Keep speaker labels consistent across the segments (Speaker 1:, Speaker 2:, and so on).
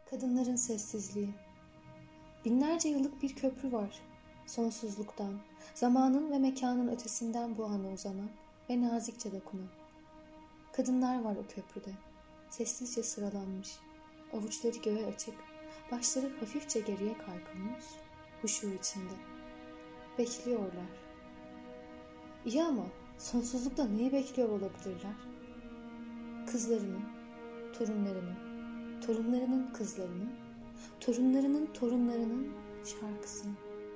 Speaker 1: Kadınların sessizliği. Binlerce yıllık bir köprü var. Sonsuzluktan, zamanın ve mekanın ötesinden bu ana uzanan ve nazikçe dokunan. Kadınlar var o köprüde. Sessizce sıralanmış. Avuçları göğe açık, başları hafifçe geriye kaykılmış, huşu içinde. Bekliyorlar. İyi ama sonsuzlukta neyi bekliyor olabilirler? Kızlarının, torunlarının, torunlarının kızlarının, torunlarının torunlarının şarkısını.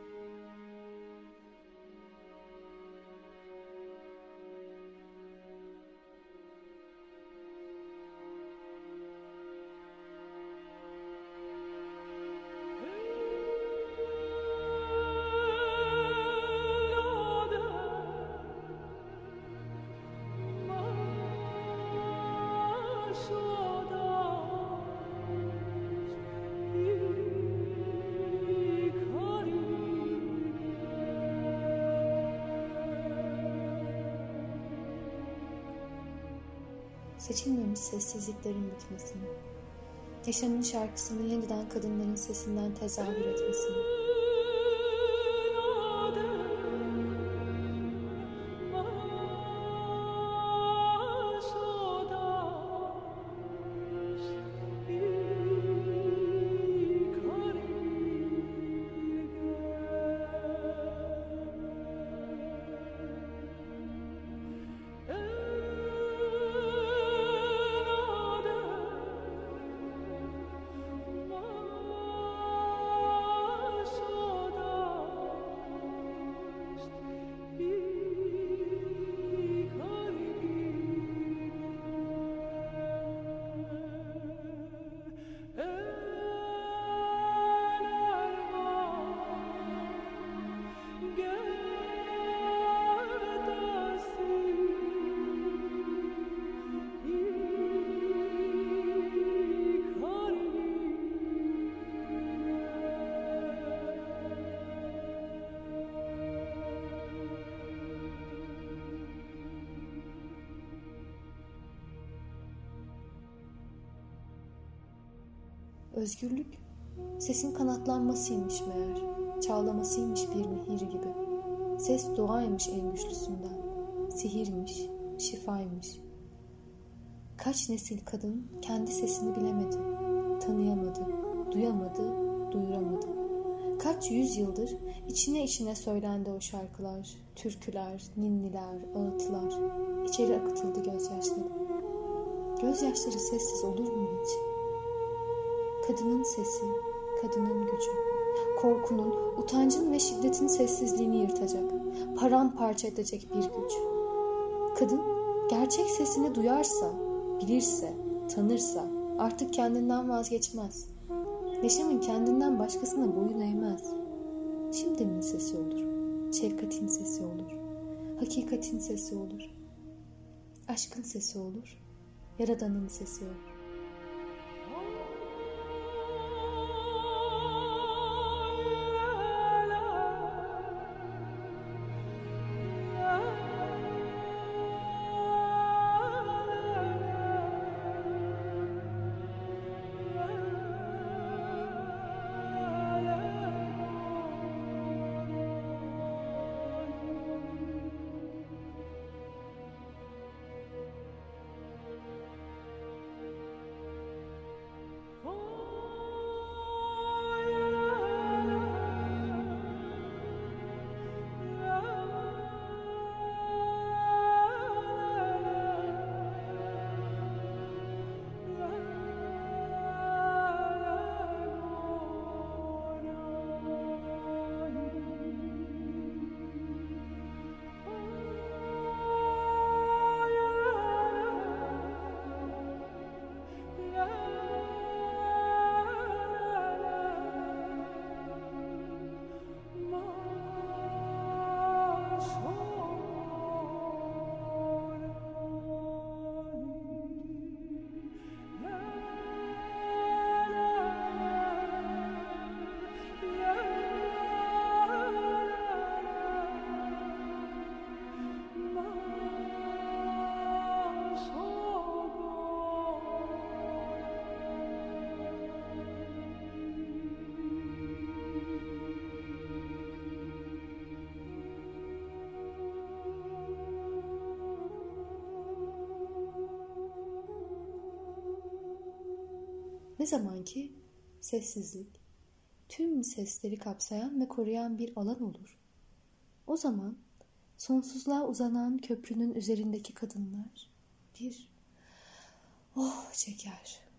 Speaker 1: Seçilmemiş sessizliklerin bitmesini, yaşamın şarkısını yeniden kadınların sesinden tezahür etmesini. Özgürlük, sesin kanatlanmasıymış meğer, çağlamasıymış bir nehir gibi. Ses duaymış en güçlüsünden, sihirmiş, şifaymış. Kaç nesil kadın kendi sesini bilemedi, tanıyamadı, duyamadı, duyuramadı. Kaç yüzyıldır içine içine söylendi o şarkılar, türküler, ninniler, ağıtlar. İçeri akıtıldı gözyaşları. Gözyaşları sessiz olur mu hiç? Kadının sesi, kadının gücü, korkunun, utancın ve şiddetin sessizliğini yırtacak, paramparça edecek bir güç. Kadın, gerçek sesini duyarsa, bilirse, tanırsa artık kendinden vazgeçmez. Yaşamın kendinden başkasına boyun eğmez. Şimdinin sesi olur, şefkatin sesi olur, hakikatin sesi olur, aşkın sesi olur, yaradanın sesi olur. Ne zaman ki sessizlik, tüm sesleri kapsayan ve koruyan bir alan olur. O zaman sonsuzluğa uzanan köprünün üzerindeki kadınlar bir oh çeker.